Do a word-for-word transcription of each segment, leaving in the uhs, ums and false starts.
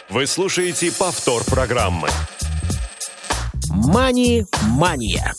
Вы слушаете повтор программы. Мани-мания.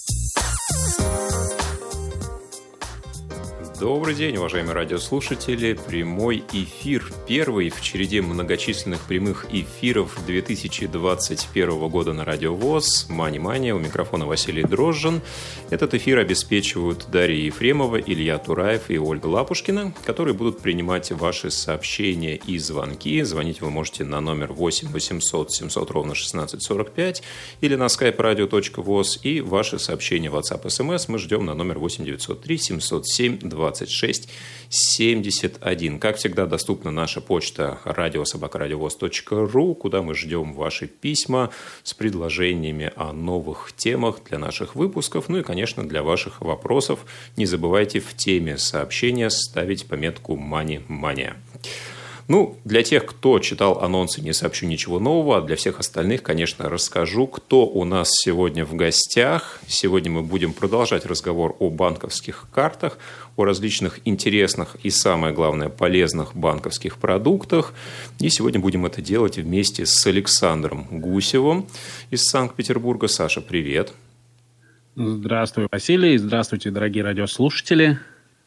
Добрый день, уважаемые радиослушатели. Прямой эфир, первый в череде многочисленных прямых эфиров две тысячи двадцать первого года на Радио ВОС. Мани-мания, у микрофона Василий Дрожжин. Этот эфир обеспечивают Дарья Ефремова, Илья Тураев и Ольга Лапушкина, которые будут принимать ваши сообщения и звонки. Звонить вы можете на номер восемь восемьсот семьсот ровно шестнадцать сорок пять или на skype radio точка voz, и ваши сообщения в WhatsApp, эс эм эс мы ждем на номер восемь девятьсот три семьсот семь двадцать шесть семьдесят один. Как всегда, доступна наша почта радио собака радиовоз точка ру, куда мы ждем ваши письма с предложениями о новых темах для наших выпусков, ну и, конечно, для ваших вопросов. Не забывайте в теме сообщения ставить пометку «Мани-мания». Ну, для тех, кто читал анонсы, не сообщу ничего нового, а для всех остальных, конечно, расскажу, кто у нас сегодня в гостях. Сегодня мы будем продолжать разговор о банковских картах, о различных интересных и, самое главное, полезных банковских продуктах. И сегодня будем это делать вместе с Александром Гусевым из Санкт-Петербурга. Саша, привет. Здравствуй, Василий. Здравствуйте, дорогие радиослушатели.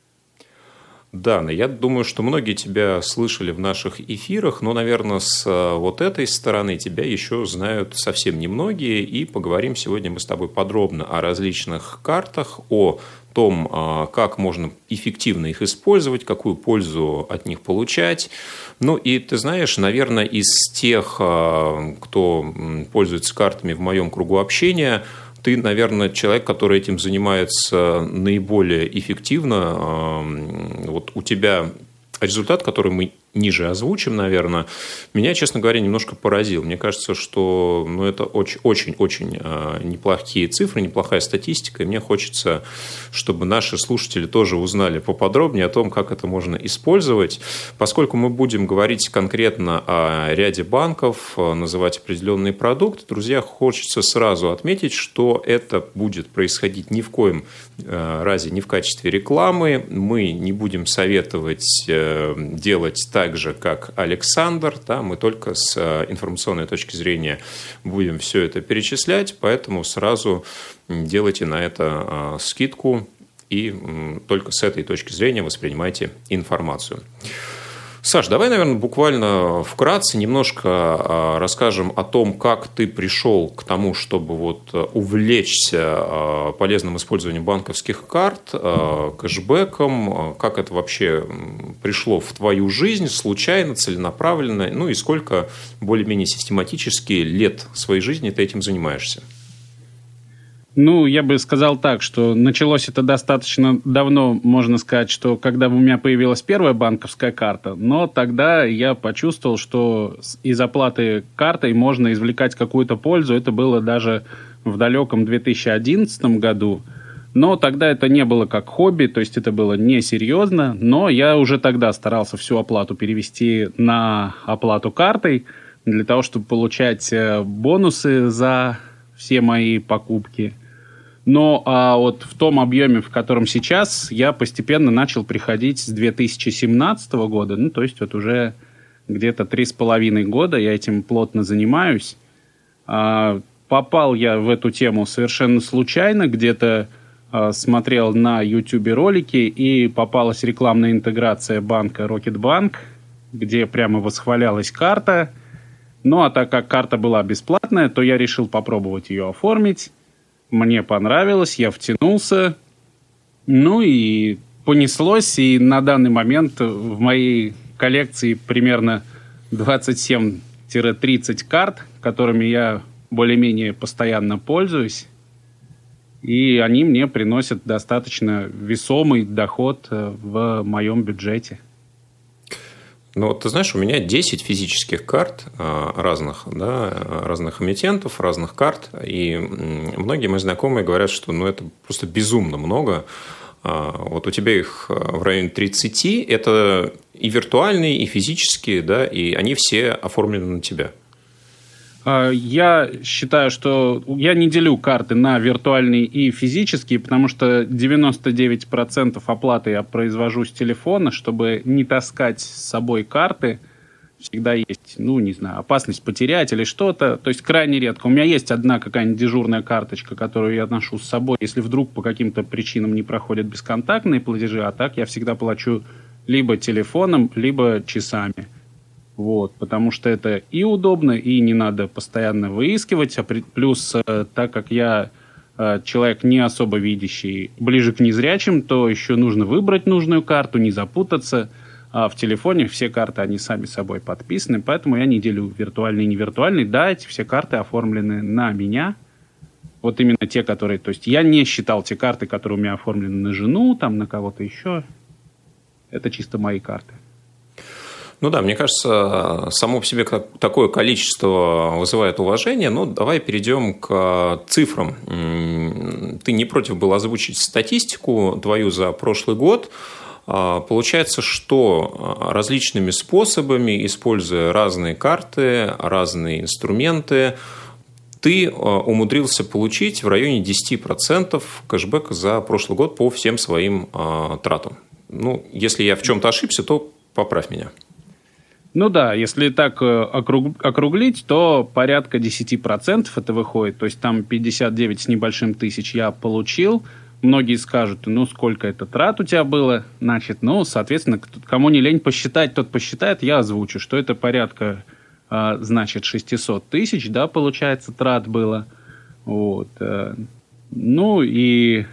Да, я думаю, что многие тебя слышали в наших эфирах, но, наверное, с вот этой стороны тебя еще знают совсем немногие, и поговорим сегодня мы с тобой подробно о различных картах, о том, как можно эффективно их использовать, какую пользу от них получать. Ну и ты знаешь, наверное, из тех, кто пользуется картами в моем кругу общения, ты, наверное, человек, который этим занимается наиболее эффективно. Вот у тебя результат, который мы ниже озвучим, наверное, меня, честно говоря, немножко поразил. Мне кажется, что ну, это очень-очень неплохие цифры, неплохая статистика, и мне хочется, чтобы наши слушатели тоже узнали поподробнее о том, как это можно использовать. Поскольку мы будем говорить конкретно о ряде банков, называть определенные продукты, друзья, хочется сразу отметить, что это будет происходить ни в коем разе, ни в качестве рекламы. Мы не будем советовать делать так, так же, как Александр, да, мы только с информационной точки зрения будем все это перечислять, поэтому сразу делайте на это скидку и только с этой точки зрения воспринимайте информацию. Саш, давай, наверное, буквально вкратце немножко расскажем о том, как ты пришел к тому, чтобы вот увлечься полезным использованием банковских карт, кэшбэком, как это вообще пришло в твою жизнь, случайно, целенаправленно, ну и сколько более-менее систематически лет своей жизни ты этим занимаешься? Ну, я бы сказал так, что началось это достаточно давно, можно сказать, что когда у меня появилась первая банковская карта, но тогда я почувствовал, что из оплаты картой можно извлекать какую-то пользу. Это было даже в далеком две тысячи одиннадцатом году, но тогда это не было как хобби, то есть это было несерьезно, но я уже тогда старался всю оплату перевести на оплату картой для того, чтобы получать бонусы за все мои покупки. Но а вот в том объеме, в котором сейчас, я постепенно начал приходить с две тысячи семнадцатого года, ну, то есть вот уже где-то три с половиной года я этим плотно занимаюсь. А, попал я в эту тему совершенно случайно, где-то а, смотрел на YouTube ролики, и попалась рекламная интеграция банка Рокетбанк, где прямо восхвалялась карта. Ну, а так как карта была бесплатная, то я решил попробовать ее оформить. Мне понравилось, я втянулся, ну и понеслось, и на данный момент в моей коллекции примерно двадцать семь-тридцать карт, которыми я более-менее постоянно пользуюсь, и они мне приносят достаточно весомый доход в моем бюджете. Ну, вот ты знаешь, у меня десять физических карт разных, да, разных эмитентов, разных карт. И многие мои знакомые говорят, что ну, это просто безумно много. Вот у тебя их в районе тридцати. Это и виртуальные, и физические, да, и они все оформлены на тебя. Я считаю, что я не делю карты на виртуальные и физические, потому что девяносто девять процентов оплаты я произвожу с телефона, чтобы не таскать с собой карты. всегда есть, ну, не знаю, опасность потерять или что-то. То есть крайне редко. У меня есть одна какая-нибудь дежурная карточка, которую я ношу с собой, если вдруг по каким-то причинам не проходят бесконтактные платежи, а так я всегда плачу либо телефоном, либо часами. Вот, потому что это и удобно, и не надо постоянно выискивать. А плюс, так как я человек не особо видящий, ближе к незрячим, то еще нужно выбрать нужную карту, не запутаться. А в телефоне все карты, они сами собой подписаны, поэтому я не делю виртуальный и невиртуальный. Да, эти все карты оформлены на меня. Вот именно те, которые... То есть я не считал те карты, которые у меня оформлены на жену, там, на кого-то еще. Это чисто мои карты. Ну да, мне кажется, само по себе такое количество вызывает уважение. Но давай перейдем к цифрам. Ты не против был озвучить статистику твою за прошлый год. Получается, что различными способами, используя разные карты, разные инструменты, ты умудрился получить в районе десять процентов кэшбэка за прошлый год по всем своим тратам. Ну, если я в чем-то ошибся, то поправь меня. Ну да, если так округ, округлить, то порядка десять процентов это выходит. То есть там пятьдесят девять с небольшим тысяч я получил. Многие скажут, ну, сколько это трат у тебя было, значит, ну, соответственно, кому не лень посчитать, тот посчитает, я озвучу, что это порядка, э, значит, шестьсот тысяч, да, получается, трат было, вот, э, ну, и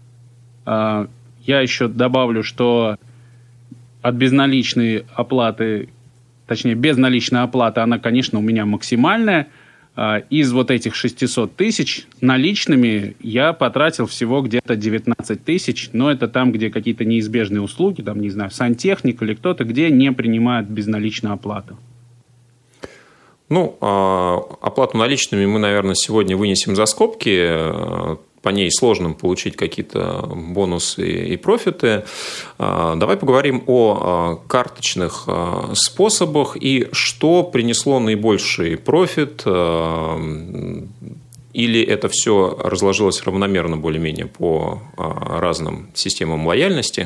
э, я еще добавлю, что от безналичной оплаты, точнее, безналичная оплата, она, конечно, у меня максимальная. Из вот этих шестисот тысяч наличными я потратил всего где-то девятнадцать тысяч, но это там, где какие-то неизбежные услуги, там, не знаю, сантехник или кто-то, где не принимают безналичную оплату. Ну, оплату наличными мы, наверное, сегодня вынесем за скобки. По ней сложно получить какие-то бонусы и профиты. Давай поговорим о карточных способах и что принесло наибольший профит, или это все разложилось равномерно более-менее по разным системам лояльности?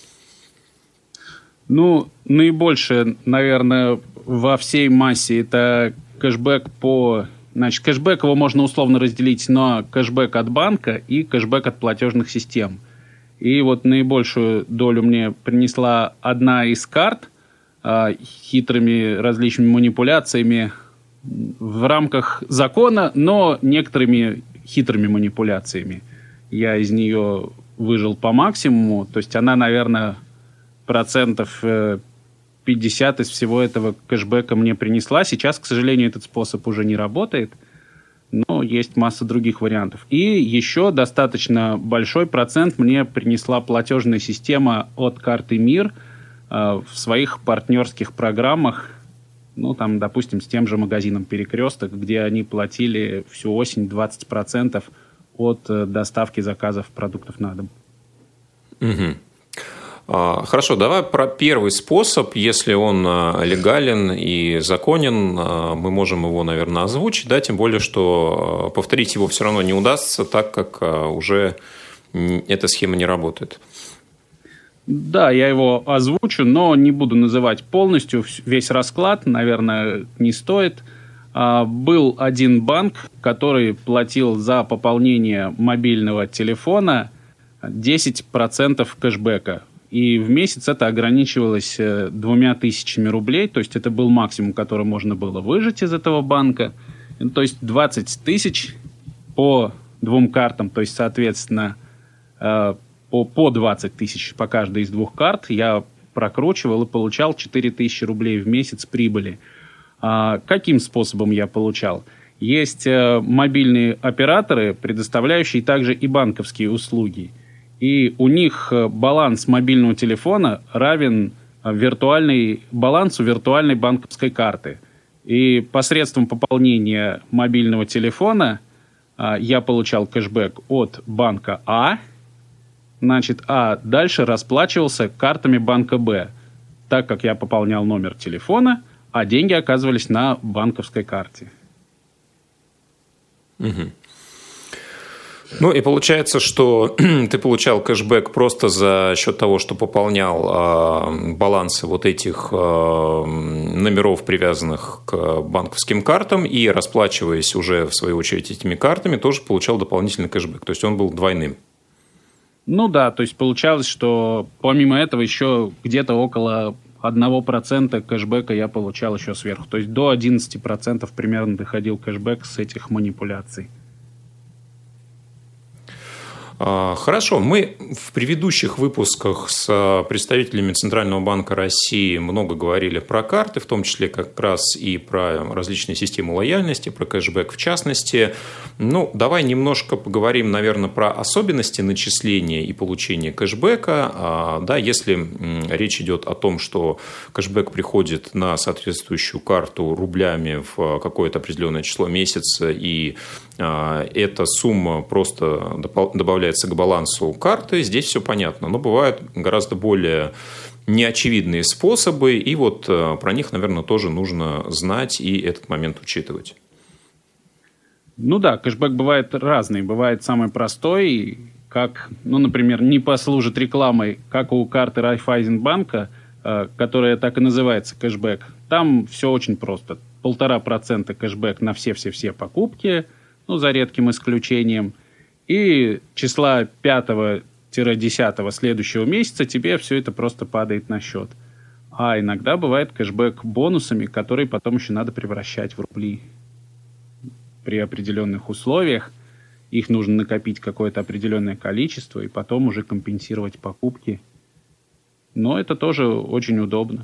Ну, наибольшее, наверное, во всей массе это кэшбэк по... Значит, кэшбэк его можно условно разделить на кэшбэк от банка и кэшбэк от платежных систем. И вот наибольшую долю мне принесла одна из карт э, хитрыми различными манипуляциями в рамках закона, но некоторыми хитрыми манипуляциями. Я из нее выжил по максимуму. То есть она, наверное, процентов... Э, пятьдесят из всего этого кэшбэка мне принесла. Сейчас, к сожалению, этот способ уже не работает, но есть масса других вариантов. И еще достаточно большой процент мне принесла платежная система от карты МИР э, в своих партнерских программах, ну, там, допустим, с тем же магазином «Перекресток», где они платили всю осень двадцать процентов от э, доставки заказов продуктов на дом. Угу. Хорошо, давай про первый способ. Если он легален и законен, мы можем его, наверное, озвучить, да, тем более, что повторить его все равно не удастся, так как уже эта схема не работает. Да, я его озвучу, но не буду называть полностью весь расклад, наверное, не стоит. Был один банк, который платил за пополнение мобильного телефона десять процентов кэшбэка. И в месяц это ограничивалось двумя тысячами рублей, то есть это был максимум, который можно было выжать из этого банка. То есть двадцать тысяч по двум картам, то есть, соответственно, по, по двадцать тысяч по каждой из двух карт я прокручивал и получал четыре тысячи рублей в месяц прибыли. А каким способом я получал? Есть мобильные операторы, предоставляющие также и банковские услуги. И у них баланс мобильного телефона равен виртуальной, балансу виртуальной банковской карты. И посредством пополнения мобильного телефона а, я получал кэшбэк от банка А, значит, а дальше расплачивался картами банка Б, так как я пополнял номер телефона, а деньги оказывались на банковской карте. Угу. Ну и получается, что ты получал кэшбэк просто за счет того, что пополнял э, балансы вот этих э, номеров, привязанных к банковским картам, и расплачиваясь уже, в свою очередь, этими картами, тоже получал дополнительный кэшбэк. То есть он был двойным. Ну да, то есть получалось, что помимо этого еще где-то около одного процента кэшбэка я получал еще сверху. То есть до одиннадцати процентов примерно доходил кэшбэк с этих манипуляций. Хорошо. Мы в предыдущих выпусках с представителями Центрального банка России много говорили про карты, в том числе как раз и про различные системы лояльности, про кэшбэк в частности. Ну, давай немножко поговорим, наверное, про особенности начисления и получения кэшбэка. Да, если речь идет о том, что кэшбэк приходит на соответствующую карту рублями в какое-то определенное число месяца, и эта сумма просто добавляется к балансу карты, здесь все понятно. Но бывают гораздо более неочевидные способы, и вот про них, наверное, тоже нужно знать и этот момент учитывать. Ну да, кэшбэк бывает разный. Бывает самый простой, как, ну, например, не послужит рекламой, как у карты Райффайзенбанка, которая так и называется кэшбэк. Там все очень просто. Полтора процента кэшбэк на все-все-все покупки, ну, за редким исключением. И числа пятого-десятого следующего месяца тебе все это просто падает на счет. А иногда бывает кэшбэк бонусами, которые потом еще надо превращать в рубли при определенных условиях. Их нужно накопить какое-то определенное количество и потом уже компенсировать покупки. Но это тоже очень удобно.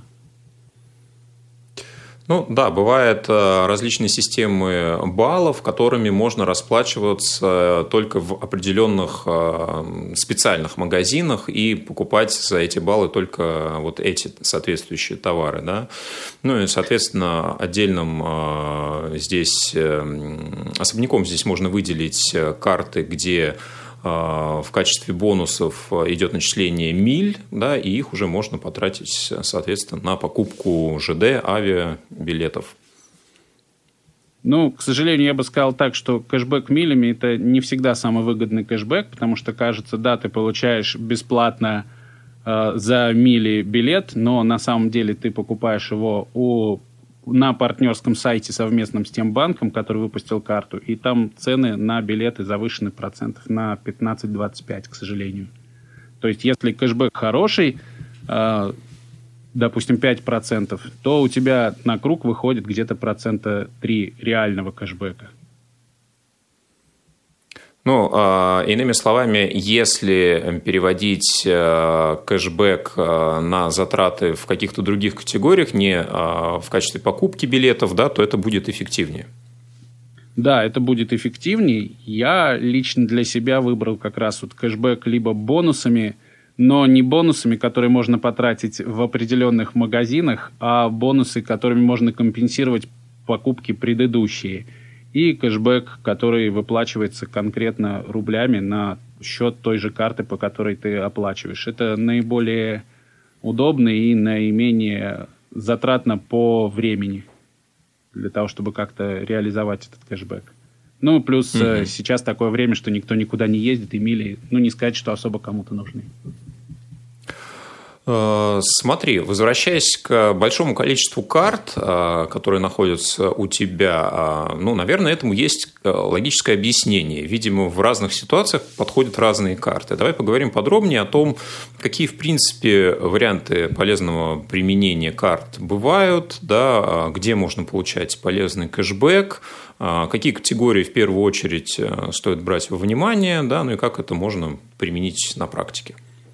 Ну да, бывают различные системы баллов, которыми можно расплачиваться только в определенных специальных магазинах и покупать за эти баллы только вот эти соответствующие товары. Да? Ну и, соответственно, отдельным здесь, особняком здесь можно выделить карты, где в качестве бонусов идет начисление миль, да, и их уже можно потратить, соответственно, на покупку ЖД, авиабилетов. Ну, к сожалению, я бы сказал так, что кэшбэк милями – это не всегда самый выгодный кэшбэк, потому что, кажется, да, ты получаешь бесплатно э, за мили билет, но на самом деле ты покупаешь его у на партнерском сайте совместном с тем банком, который выпустил карту, и там цены на билеты завышены процентов на пятнадцать-двадцать пять, к сожалению. То есть, если кэшбэк хороший, э, допустим, пять процентов, то у тебя на круг выходит где-то процента три реального кэшбэка. Ну, иными словами, если переводить кэшбэк на затраты в каких-то других категориях, не в качестве покупки билетов, да, то это будет эффективнее. Да, это будет эффективнее. Я лично для себя выбрал как раз вот кэшбэк либо бонусами, но не бонусами, которые можно потратить в определенных магазинах, а бонусы, которыми можно компенсировать покупки предыдущие. И кэшбэк, который выплачивается конкретно рублями на счет той же карты, по которой ты оплачиваешь. Это наиболее удобно и наименее затратно по времени для того, чтобы как-то реализовать этот кэшбэк. Ну, плюс mm-hmm. сейчас такое время, что никто никуда не ездит, и мили, ну, не сказать, что особо кому-то нужны. Смотри, возвращаясь к большому количеству карт, которые находятся у тебя, ну, наверное, этому есть логическое объяснение. Видимо, в разных ситуациях подходят разные карты. Давай поговорим подробнее о том, какие, в принципе, варианты полезного применения карт бывают, да, где можно получать полезный кэшбэк, какие категории в первую очередь стоит брать во внимание, да, ну и как это можно применить на практике.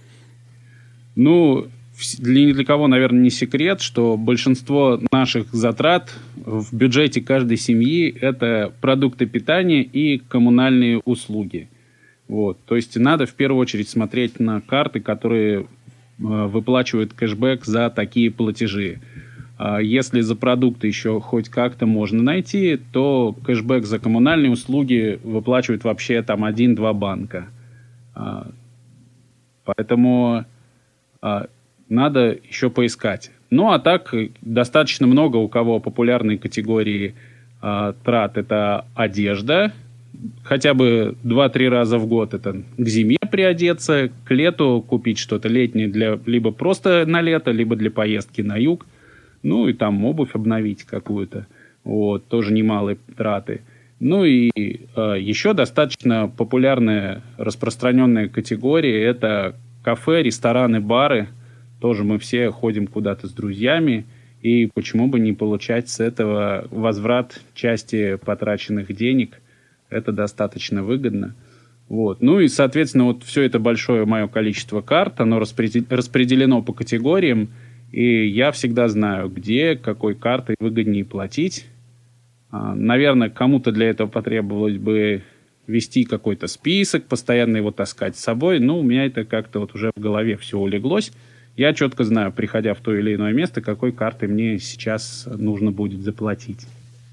Ну, для ни для кого, наверное, не секрет, что большинство наших затрат в бюджете каждой семьи – это продукты питания и коммунальные услуги. Вот. То есть надо в первую очередь смотреть на карты, которые э, выплачивают кэшбэк за такие платежи. А если за продукты еще хоть как-то можно найти, то кэшбэк за коммунальные услуги выплачивают вообще там один-два банка. А, поэтому... надо еще поискать. Ну, а так, достаточно много у кого популярные категории э, трат. Это одежда, хотя бы два-три раза в год это к зиме приодеться, к лету купить что-то летнее для либо просто на лето, либо для поездки на юг. Ну и там обувь обновить какую-то. Вот, тоже немалые траты. Ну и э, еще достаточно популярная, распространенная категория – это кафе, рестораны, бары. Тоже мы все ходим куда-то с друзьями. И почему бы не получать с этого возврат части потраченных денег? Это достаточно выгодно. Вот. Ну и, соответственно, вот все это большое мое количество карт, оно распределено по категориям. И я всегда знаю, где, какой картой выгоднее платить. Наверное, кому-то для этого потребовалось бы вести какой-то список, постоянно его таскать с собой. Но у меня это как-то вот уже в голове все улеглось. Я четко знаю, приходя в то или иное место, какой картой мне сейчас нужно будет заплатить.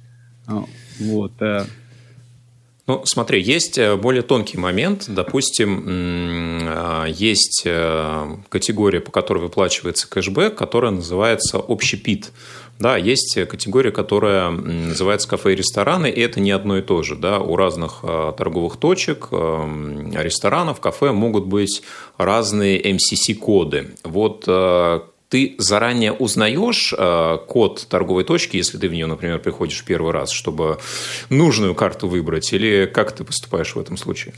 Вот. Ну, смотри, есть более тонкий момент. Допустим, есть категория, по которой выплачивается кэшбэк, которая называется общепит. Да, есть категория, которая называется кафе и рестораны, и это не одно и то же. Да. У разных торговых точек, ресторанов, кафе могут быть разные эм си си-коды. Вот ты заранее узнаешь код торговой точки, если ты в нее, например, приходишь в первый раз, чтобы нужную карту выбрать, или как ты поступаешь в этом случае?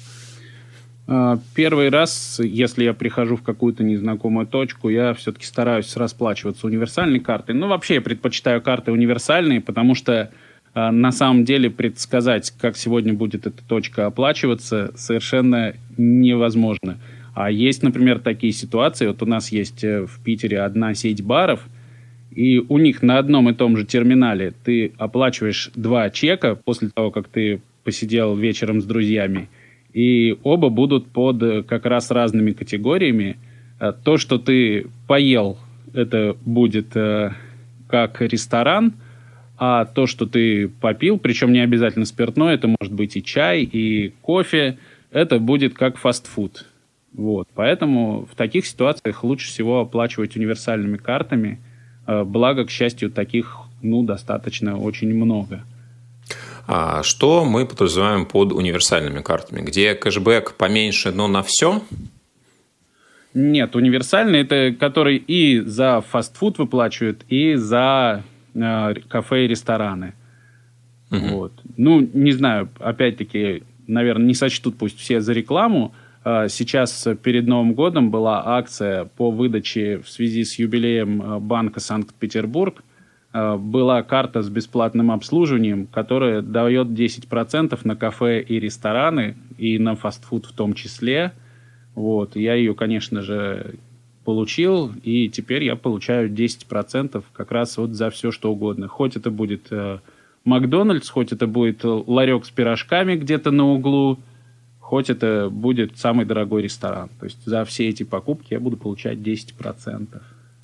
Первый раз, если я прихожу в какую-то незнакомую точку, я все-таки стараюсь расплачиваться универсальной картой. Ну, вообще, я предпочитаю карты универсальные, потому что на самом деле предсказать, как сегодня будет эта точка оплачиваться, совершенно невозможно. А есть, например, такие ситуации. Вот у нас есть в Питере одна сеть баров, и у них на одном и том же терминале ты оплачиваешь два чека после того, как ты посидел вечером с друзьями, и оба будут под как раз разными категориями. То, что ты поел, это будет как ресторан, а то, что ты попил, причем не обязательно спиртное, это может быть и чай, и кофе, это будет как фастфуд. Вот. Поэтому в таких ситуациях лучше всего оплачивать универсальными картами. Благо, к счастью, таких ну, достаточно очень много. А что мы подразумеваем под универсальными картами? Где кэшбэк поменьше, но на все? Нет, универсальные – это которые и за фастфуд выплачивают, и за э, кафе и рестораны. Угу. Вот. Ну, не знаю, опять-таки, наверное, не сочтут пусть все за рекламу. Сейчас перед Новым годом была акция по выдаче в связи с юбилеем Банка Санкт-Петербург. Была карта с бесплатным обслуживанием, которая дает десять процентов на кафе и рестораны, и на фастфуд в том числе. Вот. Я ее, конечно же, получил, и теперь я получаю десять процентов как раз вот за все, что угодно. Хоть это будет э, Макдональдс, хоть это будет ларек с пирожками где-то на углу, хоть это будет самый дорогой ресторан. То есть за все эти покупки я буду получать десять процентов.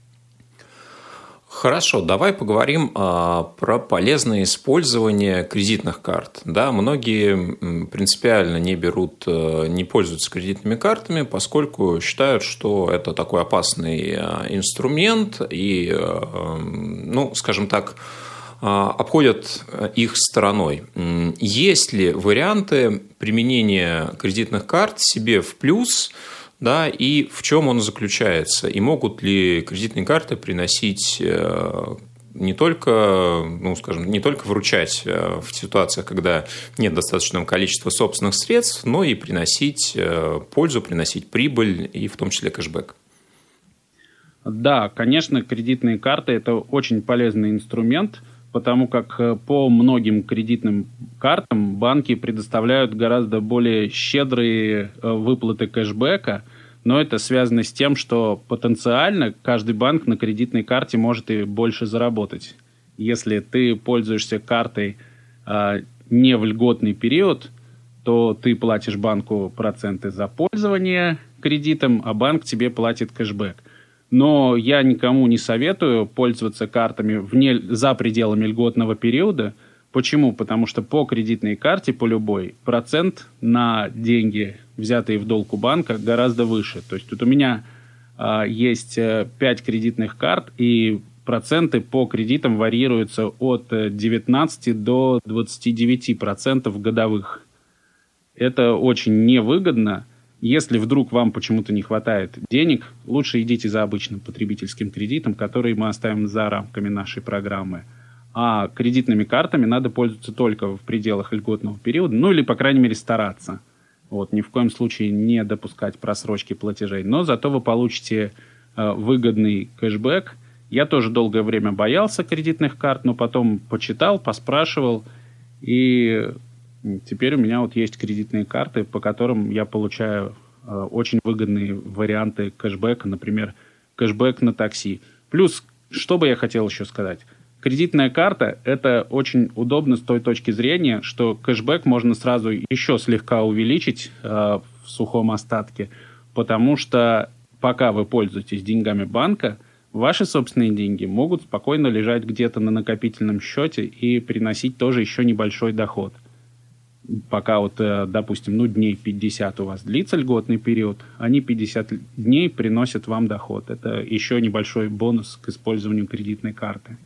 Хорошо, давай поговорим а, про полезное использование кредитных карт. Да, многие принципиально не берут, не пользуются кредитными картами, поскольку считают, что это такой опасный инструмент и, ну, скажем так, обходят их стороной. Есть ли варианты применения кредитных карт себе в плюс? Да, и в чем он заключается? И могут ли кредитные карты приносить не только, ну, скажем, не только выручать в ситуациях, когда нет достаточного количества собственных средств, но и приносить пользу, приносить прибыль, и в том числе кэшбэк? Да, конечно, кредитные карты – это очень полезный инструмент, потому как по многим кредитным картам банки предоставляют гораздо более щедрые выплаты кэшбэка, но это связано с тем, что потенциально каждый банк на кредитной карте может и больше заработать. Если ты пользуешься картой а, не в льготный период, то ты платишь банку проценты за пользование кредитом, а банк тебе платит кэшбэк. Но я никому не советую пользоваться картами вне, за пределами льготного периода. Почему? Потому что по кредитной карте, по любой, процент на деньги, взятые в долг у банка, гораздо выше. То есть тут у меня а, есть пять кредитных карт, и проценты по кредитам варьируются от девятнадцати до двадцати девяти процентов годовых. Это очень невыгодно. Если вдруг вам почему-то не хватает денег, лучше идите за обычным потребительским кредитом, который мы оставим за рамками нашей программы. А кредитными картами надо пользоваться только в пределах льготного периода, ну или, по крайней мере, стараться. Вот, ни в коем случае не допускать просрочки платежей. Но зато вы получите э, выгодный кэшбэк. Я тоже долгое время боялся кредитных карт, но потом почитал, поспрашивал, и теперь у меня вот есть кредитные карты, по которым я получаю э, очень выгодные варианты кэшбэка, например, кэшбэк на такси. Плюс, что бы я хотел еще сказать, кредитная карта – это очень удобно с той точки зрения, что кэшбэк можно сразу еще слегка увеличить э, в сухом остатке, потому что пока вы пользуетесь деньгами банка, ваши собственные деньги могут спокойно лежать где-то на накопительном счете и приносить тоже еще небольшой доход. Пока вот, допустим, ну, дней пятьдесят у вас длится льготный период, они пятьдесят дней приносят вам доход. Это еще небольшой бонус к использованию кредитной карты.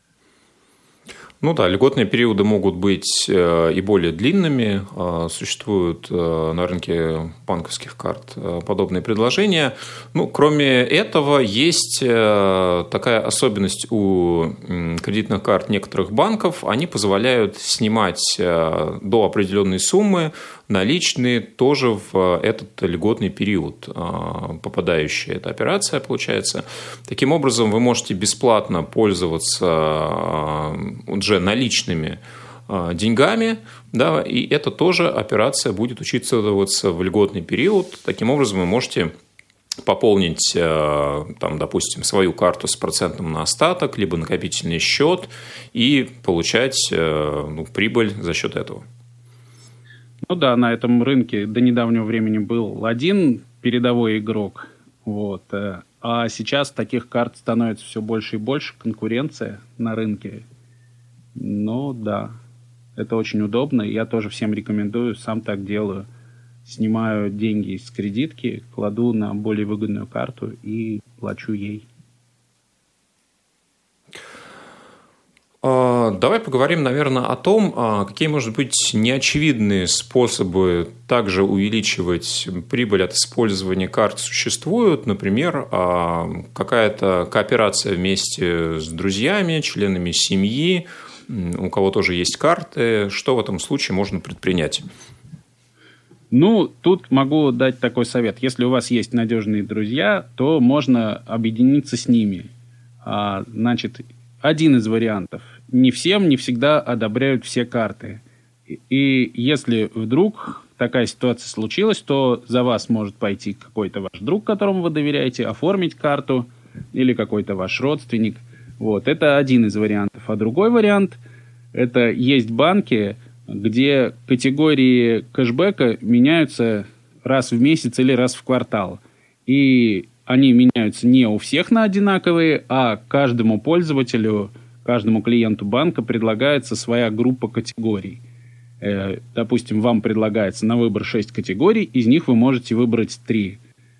Ну да, льготные периоды могут быть и более длинными. Существуют на рынке банковских карт подобные предложения. Ну, кроме этого, есть такая особенность у кредитных карт некоторых банков. Они позволяют снимать до определенной суммы наличные тоже в этот льготный период, попадающая эта операция, получается. Таким образом, вы можете бесплатно пользоваться уже наличными деньгами, да, и это тоже операция будет учитываться в льготный период. Таким образом, вы можете пополнить, там, допустим, свою карту с процентом на остаток, либо накопительный счет и получать, ну, прибыль за счет этого. Ну да, на этом рынке до недавнего времени был один передовой игрок, вот, а сейчас таких карт становится все больше и больше, конкуренция на рынке. Ну да, это очень удобно, я тоже всем рекомендую, сам так делаю. Снимаю деньги с кредитки, кладу на более выгодную карту и плачу ей. Давай поговорим, наверное, о том, какие, может быть, неочевидные способы также увеличивать прибыль от использования карт существуют. Например, какая-то кооперация вместе с друзьями, членами семьи, у кого тоже есть карты. Что в этом случае можно предпринять? Ну, тут могу дать такой совет. Если у вас есть надежные друзья, то можно объединиться с ними. А, значит, один из вариантов. Не всем, не всегда одобряют все карты. И если вдруг такая ситуация случилась, то за вас может пойти какой-то ваш друг, которому вы доверяете, оформить карту, или какой-то ваш родственник. Вот. Это один из вариантов. А другой вариант – это есть банки, где категории кэшбэка меняются раз в месяц или раз в квартал. И они меняются не у всех на одинаковые, а каждому пользователю, каждому клиенту банка предлагается своя группа категорий. Э, допустим, вам предлагается на выбор шесть категорий, из них вы можете выбрать три.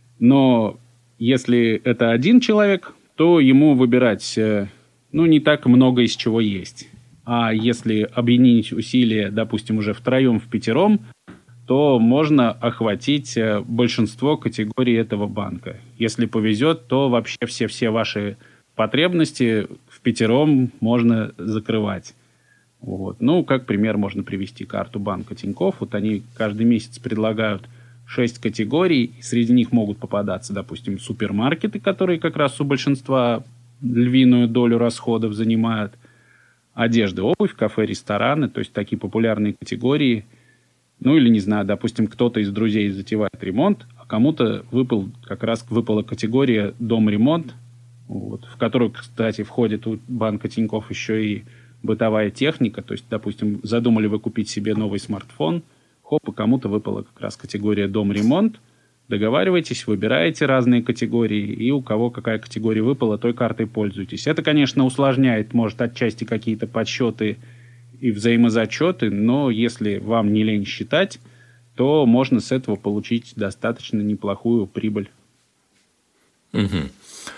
Но если это один человек, то ему выбирать э, ну, не так много из чего есть. А если объединить усилия, допустим, уже втроем, впятером, то можно охватить большинство категорий этого банка. Если повезет, то вообще все-все ваши потребности впятером можно закрывать. Вот. Ну, как пример можно привести карту банка Тинькофф. Вот они каждый месяц предлагают шесть категорий, и среди них могут попадаться, допустим, супермаркеты, которые как раз у большинства львиную долю расходов занимают, одежда, обувь, кафе, рестораны, то есть такие популярные категории. Ну или, не знаю, допустим, кто-то из друзей затевает ремонт, а кому-то выпал, как раз выпала категория дом-ремонт, вот, в которую, кстати, входит у банка Тинькофф еще и бытовая техника. То есть, допустим, задумали вы купить себе новый смартфон, хоп, и кому-то выпала как раз категория дом-ремонт. Договаривайтесь, выбираете разные категории, и у кого какая категория выпала, той картой пользуйтесь. Это, конечно, усложняет, может, отчасти какие-то подсчеты и взаимозачеты, но если вам не лень считать, то можно с этого получить достаточно неплохую прибыль. Угу.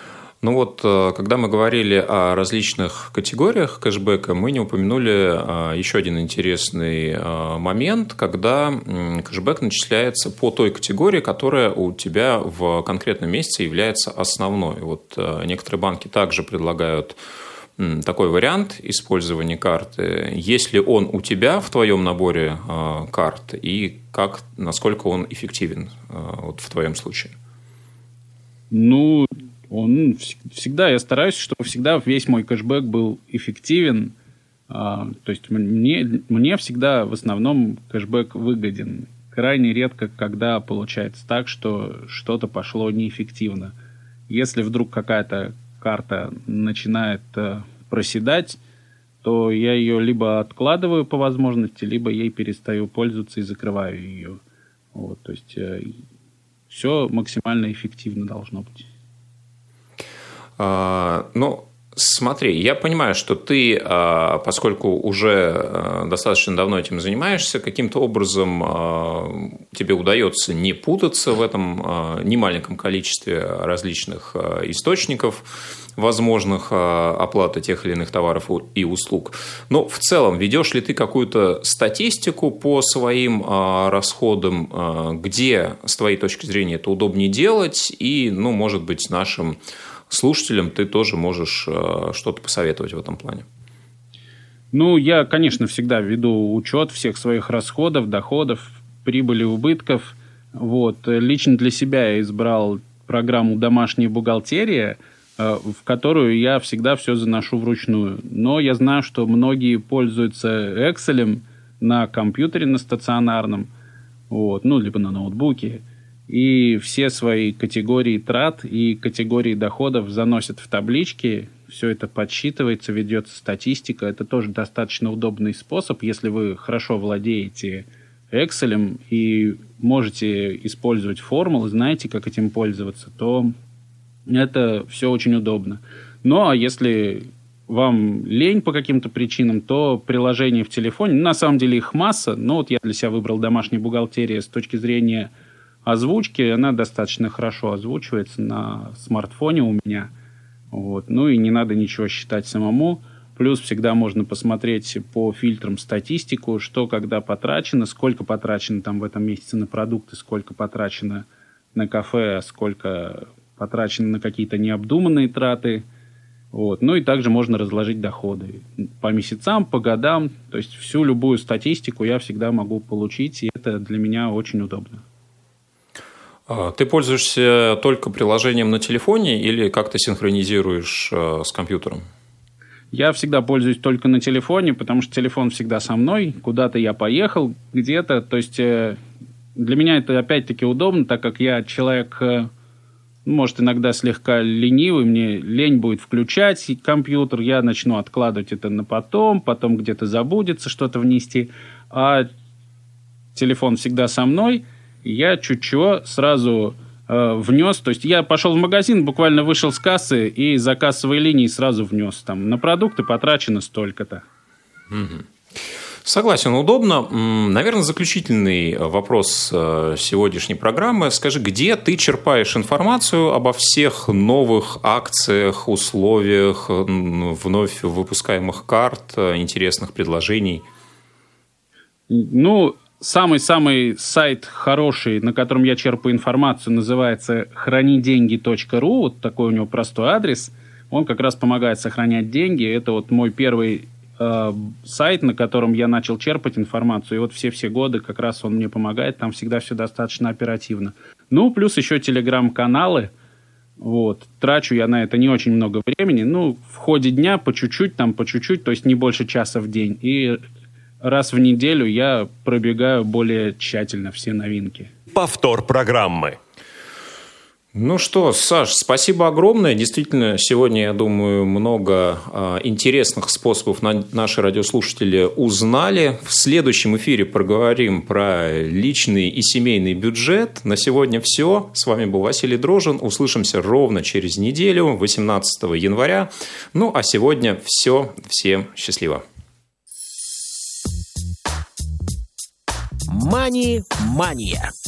Ну вот, когда мы говорили о различных категориях кэшбэка, мы не упомянули еще один интересный момент, когда кэшбэк начисляется по той категории, которая у тебя в конкретном месяце является основной. Вот некоторые банки также предлагают такой вариант использования карты. Есть ли он у тебя в твоем наборе карт и как, насколько он эффективен вот в твоем случае? Ну, он всегда, я стараюсь, чтобы всегда весь мой кэшбэк был эффективен. А, то есть мне, мне всегда в основном кэшбэк выгоден. Крайне редко, когда получается так, что что-то пошло неэффективно. Если вдруг какая-то карта начинает а, проседать, то я ее либо откладываю по возможности, либо ей перестаю пользоваться и закрываю ее. Вот, то есть а, все максимально эффективно должно быть. А, ну, смотри, я понимаю, что ты, поскольку уже достаточно давно этим занимаешься, каким-то образом тебе удается не путаться в этом немаленьком количестве различных источников возможных оплаты тех или иных товаров и услуг. Но в целом ведешь ли ты какую-то статистику по своим расходам, где, с твоей точки зрения, это удобнее делать, и, ну, может быть, нашим слушателям ты тоже можешь что-то посоветовать в этом плане? Ну, я, конечно, всегда веду учет всех своих расходов, доходов, прибыли, убытков. Вот. Лично для себя я избрал программу «Домашняя бухгалтерия», в которую я всегда все заношу вручную. Но я знаю, что многие пользуются Excel на компьютере, на стационарном, вот, ну, либо на ноутбуке. И все свои категории трат и категории доходов заносят в таблички, все это подсчитывается, ведется статистика. Это тоже достаточно удобный способ, если вы хорошо владеете Excel и можете использовать формулы, знаете, как этим пользоваться, то это все очень удобно. Ну, а если вам лень по каким-то причинам, то приложение в телефоне, на самом деле их масса, но вот я для себя выбрал «Домашняя бухгалтерия» с точки зрения озвучки, она достаточно хорошо озвучивается на смартфоне у меня. Вот. Ну и не надо ничего считать самому. Плюс всегда можно посмотреть по фильтрам статистику, что когда потрачено, сколько потрачено там в этом месяце на продукты, сколько потрачено на кафе, сколько потрачено на какие-то необдуманные траты. Вот. Ну и также можно разложить доходы по месяцам, по годам. То есть всю любую статистику я всегда могу получить, и это для меня очень удобно. Ты пользуешься только приложением на телефоне или как ты синхронизируешь с компьютером? Я всегда пользуюсь только на телефоне, потому что телефон всегда со мной. Куда-то я поехал, где-то. То есть для меня это опять-таки удобно, так как я человек, может, иногда слегка ленивый. Мне лень будет включать компьютер. Я начну откладывать это на потом. Потом где-то забудется что-то внести. А телефон всегда со мной. Я чуть-чуть сразу э, внес. То есть я пошел в магазин, буквально вышел с кассы и за кассовой линией сразу внес. Там на продукты потрачено столько-то. Угу. Согласен, удобно. Наверное, заключительный вопрос сегодняшней программы. Скажи, где ты черпаешь информацию обо всех новых акциях, условиях, вновь выпускаемых карт, интересных предложений? Ну... Самый-самый сайт хороший, на котором я черпаю информацию, называется храни деньги точка ру. Вот такой у него простой адрес. Он как раз помогает сохранять деньги. Это вот мой первый э, сайт, на котором я начал черпать информацию. И вот все-все годы как раз он мне помогает. Там всегда все достаточно оперативно. Ну, плюс еще телеграм-каналы. Вот. Трачу я на это не очень много времени. Ну, в ходе дня по чуть-чуть, там по чуть-чуть, то есть не больше часа в день. И раз в неделю я пробегаю более тщательно все новинки. Повтор программы. Ну что, Саш, спасибо огромное. Действительно, сегодня, я думаю, много э, интересных способов на, наши радиослушатели узнали. В следующем эфире поговорим про личный и семейный бюджет. На сегодня все. С вами был Василий Дрожжин. Услышимся ровно через неделю, восемнадцатого января. Ну, а сегодня все. Всем счастливо. Мани-мания.